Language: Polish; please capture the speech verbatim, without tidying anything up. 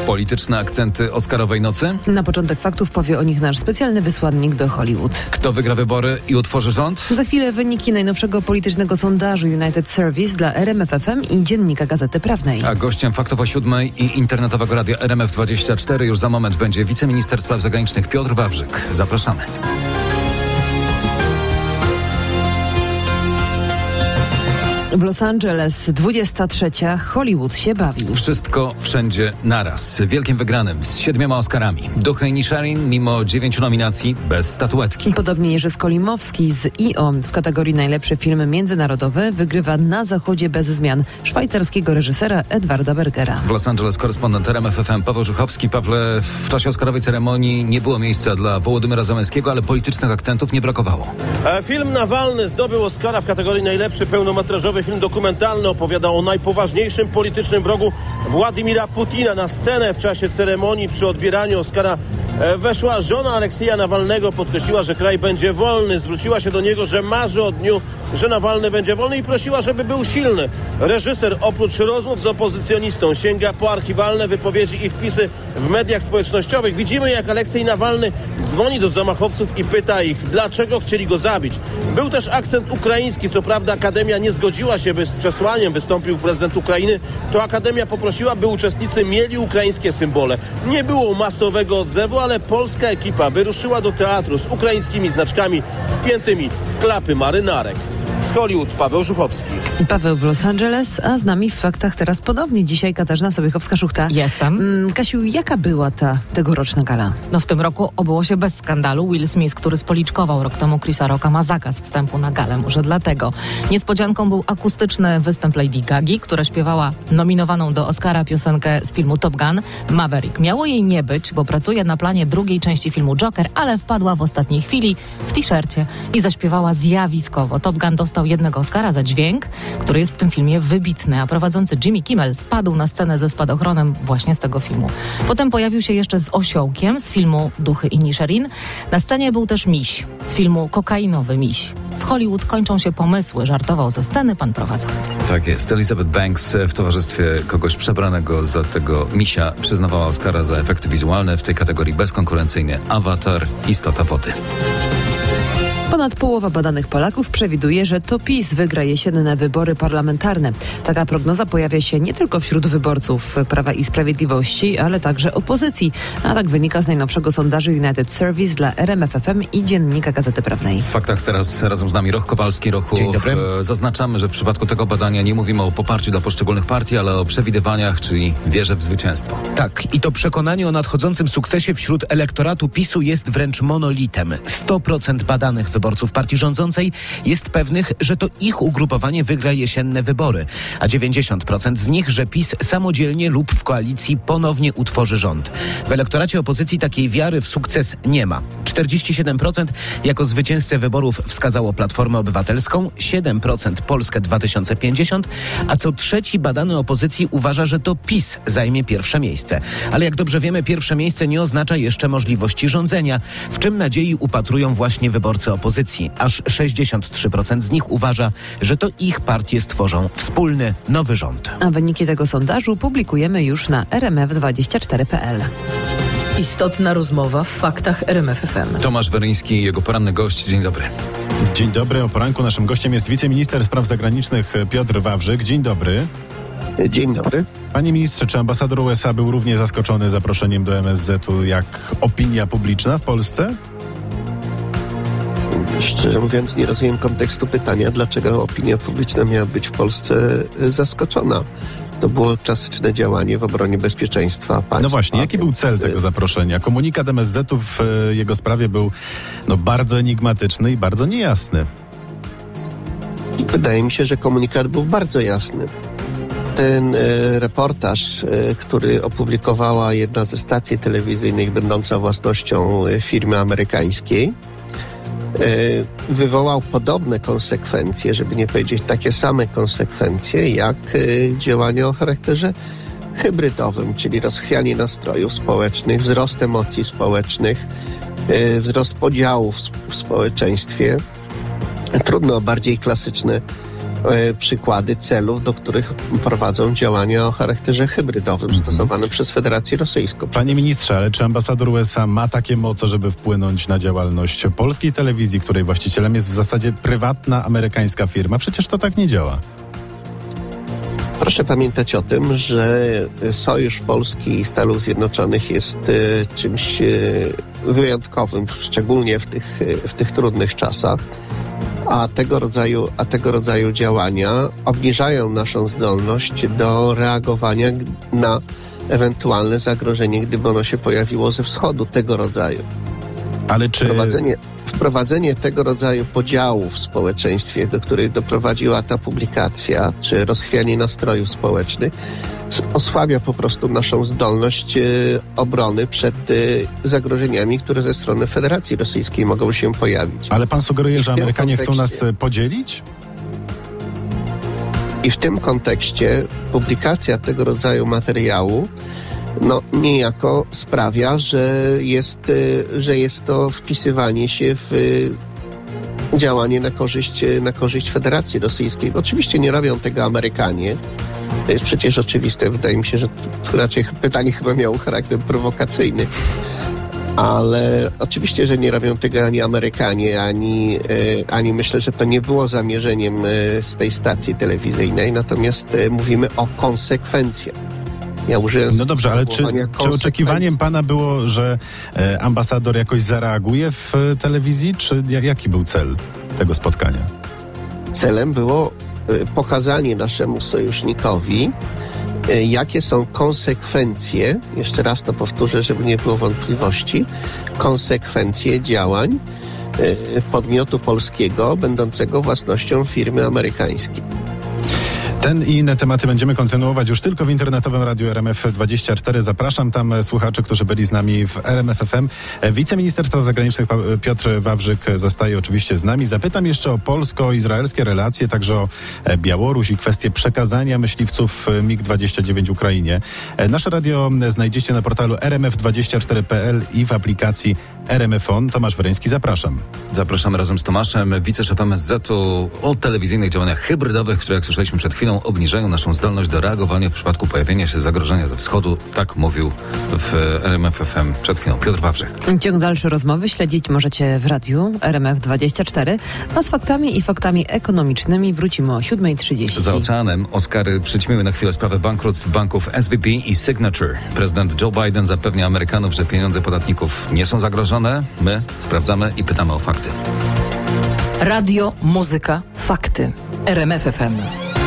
Polityczne akcenty Oscarowej nocy? Na początek faktów powie o nich nasz specjalny wysłannik do Hollywood. Kto wygra wybory i utworzy rząd? Za chwilę wyniki najnowszego politycznego sondażu United Service dla R M F F M i Dziennika Gazety Prawnej. A gościem faktów o siódmej i internetowego radia R M F dwadzieścia cztery już za moment będzie wiceminister spraw zagranicznych Piotr Wawrzyk. Zapraszamy. W Los Angeles dwudziesta trzecia. Hollywood się bawi. Wszystko wszędzie naraz. Wielkim wygranym z siedmioma Oscarami. Duchy Inisherin mimo dziewięciu nominacji bez statuetki. Podobnie Jerzy Skolimowski z I O w kategorii najlepszy film międzynarodowy wygrywa Na zachodzie bez zmian szwajcarskiego reżysera Edwarda Bergera. W Los Angeles korespondent R M F F M Paweł Żuchowski. Pawle, w czasie Oscarowej ceremonii nie było miejsca dla Wołodymyra Zełenskiego, ale politycznych akcentów nie brakowało. Film Nawalny zdobył Oscara w kategorii najlepszy pełnometrażowy film dokumentalny. Opowiada o najpoważniejszym politycznym wrogu Władimira Putina. Na scenę w czasie ceremonii przy odbieraniu Oscara weszła żona Aleksieja Nawalnego. Podkreśliła, że kraj będzie wolny. Zwróciła się do niego, że marzy o dniu, że Nawalny będzie wolny i prosiła, żeby był silny. Reżyser oprócz rozmów z opozycjonistą sięga po archiwalne wypowiedzi i wpisy w mediach społecznościowych. Widzimy, jak Aleksiej Nawalny dzwoni do zamachowców i pyta ich, dlaczego chcieli go zabić. Był też akcent ukraiński. Co prawda Akademia nie zgodziła się, by z przesłaniem wystąpił prezydent Ukrainy. To Akademia poprosiła, by uczestnicy mieli ukraińskie symbole. Nie było masowego odzewu, ale polska ekipa wyruszyła do teatru z ukraińskimi znaczkami wpiętymi w klapy marynarek. Z Hollywood Paweł Żuchowski. Paweł w Los Angeles, a z nami w faktach teraz podobnie. Dzisiaj Katarzyna Sobiechowska-Szuchta. Jestem. Mm, Kasiu, jaka była ta tegoroczna gala? No w tym roku obyło się bez skandalu. Will Smith, który spoliczkował rok temu Chrisa Rocka, ma zakaz wstępu na galę. Może dlatego. Niespodzianką był akustyczny występ Lady Gagi, która śpiewała nominowaną do Oscara piosenkę z filmu Top Gun, Maverick. Miało jej nie być, bo pracuje na planie drugiej części filmu Joker, ale wpadła w ostatniej chwili w t-shircie i zaśpiewała zjawiskowo. Top Gun dostał jednego Oscara za dźwięk, który jest w tym filmie wybitny, a prowadzący Jimmy Kimmel spadł na scenę ze spadochronem właśnie z tego filmu. Potem pojawił się jeszcze z osiołkiem z filmu Duchy Inisherin. Na scenie był też miś z filmu Kokainowy miś. W Hollywood kończą się pomysły, żartował ze sceny pan prowadzący. Tak jest. Elizabeth Banks w towarzystwie kogoś przebranego za tego misia przyznawała Oscara za efekty wizualne w tej kategorii bezkonkurencyjny Avatar, Istota wody. Ponad połowa badanych Polaków przewiduje, że to PiS wygra jesienne wybory parlamentarne. Taka prognoza pojawia się nie tylko wśród wyborców Prawa i Sprawiedliwości, ale także opozycji. A tak wynika z najnowszego sondażu United Service dla R M F F M i Dziennika Gazety Prawnej. W faktach teraz razem z nami Roch Kowalski. Rochu, Dzień dobry. Zaznaczamy, że w przypadku tego badania nie mówimy o poparciu dla poszczególnych partii, ale o przewidywaniach, czyli wierze w zwycięstwo. Tak, i to przekonanie o nadchodzącym sukcesie wśród elektoratu PiSu jest wręcz monolitem. sto procent badanych wyborców partii rządzącej jest pewnych, że to ich ugrupowanie wygra jesienne wybory, a dziewięćdziesiąt procent z nich, że PiS samodzielnie lub w koalicji ponownie utworzy rząd. W elektoracie opozycji takiej wiary w sukces nie ma. czterdzieści siedem procent jako zwycięzcę wyborów wskazało Platformę Obywatelską, siedem procent Polskę dwa tysiące pięćdziesiąt, a co trzeci badany opozycji uważa, że to PiS zajmie pierwsze miejsce. Ale jak dobrze wiemy, pierwsze miejsce nie oznacza jeszcze możliwości rządzenia, w czym nadziei upatrują właśnie wyborcy opozycji. Aż sześćdziesiąt trzy procent z nich uważa, że to ich partie stworzą wspólny, nowy rząd. A wyniki tego sondażu publikujemy już na r m f dwadzieścia cztery kropka p l. Istotna rozmowa w faktach R M F F M. Tomasz Weryński i jego poranny gość. Dzień dobry. Dzień dobry. O poranku naszym gościem jest wiceminister spraw zagranicznych Piotr Wawrzyk. Dzień dobry. Dzień dobry. Panie ministrze, czy ambasador U S A był równie zaskoczony zaproszeniem do M S Z-u jak opinia publiczna w Polsce? Szczerze mówiąc, nie rozumiem kontekstu pytania, dlaczego opinia publiczna miała być w Polsce zaskoczona. To było klasyczne działanie w obronie bezpieczeństwa państwa. No właśnie, jaki był cel tego zaproszenia? Komunikat M S Z-u w jego sprawie był no, bardzo enigmatyczny i bardzo niejasny. Wydaje mi się, że komunikat był bardzo jasny. Ten e, reportaż, e, który opublikowała jedna ze stacji telewizyjnych będąca własnością e, firmy amerykańskiej, wywołał podobne konsekwencje, żeby nie powiedzieć takie same konsekwencje, jak działania o charakterze hybrydowym, czyli rozchwianie nastrojów społecznych, wzrost emocji społecznych, wzrost podziałów w społeczeństwie. Trudno o bardziej klasyczne e, przykłady celów, do których prowadzą działania o charakterze hybrydowym stosowane przez Federację Rosyjską. Panie ministrze, ale czy ambasador U S A ma takie moce, żeby wpłynąć na działalność polskiej telewizji, której właścicielem jest w zasadzie prywatna amerykańska firma? Przecież to tak nie działa. Proszę pamiętać o tym, że sojusz Polski i Stanów Zjednoczonych jest e, czymś e, wyjątkowym, szczególnie w tych, e, w tych trudnych czasach, a tego rodzaju, a tego rodzaju działania obniżają naszą zdolność do reagowania na ewentualne zagrożenie, gdyby ono się pojawiło ze wschodu tego rodzaju. Ale czy... Wprowadzenie, wprowadzenie tego rodzaju podziałów w społeczeństwie, do których doprowadziła ta publikacja, czy rozchwianie nastrojów społecznych, osłabia po prostu naszą zdolność e, obrony przed e, zagrożeniami, które ze strony Federacji Rosyjskiej mogą się pojawić. Ale pan sugeruje, że Amerykanie chcą nas kontekście- podzielić? I w tym kontekście publikacja tego rodzaju materiału no, niejako sprawia, że jest, y, że jest to wpisywanie się w y, działanie na korzyść, y, na korzyść Federacji Rosyjskiej. Oczywiście nie robią tego Amerykanie. To jest przecież oczywiste. Wydaje mi się, że to raczej pytanie chyba miało charakter prowokacyjny. Ale oczywiście, że nie robią tego ani Amerykanie, ani, y, ani myślę, że to nie było zamierzeniem y, z tej stacji telewizyjnej. Natomiast y, mówimy o konsekwencjach. Ja użyłem No dobrze, ale czy, sformułowania czy oczekiwaniem konsekwencji. pana było, że e, ambasador jakoś zareaguje w e, telewizji, czy jak, jaki był cel tego spotkania? Celem było y, pokazanie naszemu sojusznikowi, y, jakie są konsekwencje, jeszcze raz to powtórzę, żeby nie było wątpliwości, konsekwencje działań y, podmiotu polskiego będącego własnością firmy amerykańskiej. Ten i inne tematy będziemy kontynuować już tylko w internetowym radiu R M F dwadzieścia cztery. Zapraszam tam słuchaczy, którzy byli z nami w R M F F M. Wiceminister Spraw Zagranicznych Piotr Wawrzyk zostaje oczywiście z nami. Zapytam jeszcze o polsko-izraelskie relacje, także o Białoruś i kwestię przekazania myśliwców mig dwadzieścia dziewięć Ukrainie. Nasze radio znajdziecie na portalu R M F dwadzieścia cztery kropka P L i w aplikacji R M F On. Tomasz Weryński, zapraszam. Zapraszam razem z Tomaszem, wiceszef M S Z-u, o telewizyjnych działaniach hybrydowych, które jak słyszeliśmy przed chwilą obniżają naszą zdolność do reagowania w przypadku pojawienia się zagrożenia ze wschodu. Tak mówił w R M F F M przed chwilą Piotr Wawrzyk. Ciąg dalszy rozmowy śledzić możecie w radiu R M F dwadzieścia cztery, a z faktami i faktami ekonomicznymi wrócimy o siódma trzydzieści. Za oceanem Oskary przyćmiły na chwilę sprawę bankructw banków S V B i Signature. Prezydent Joe Biden zapewnia Amerykanów, że pieniądze podatników nie są zagrożone. My sprawdzamy i pytamy o fakty. Radio, muzyka, fakty. R M F F M.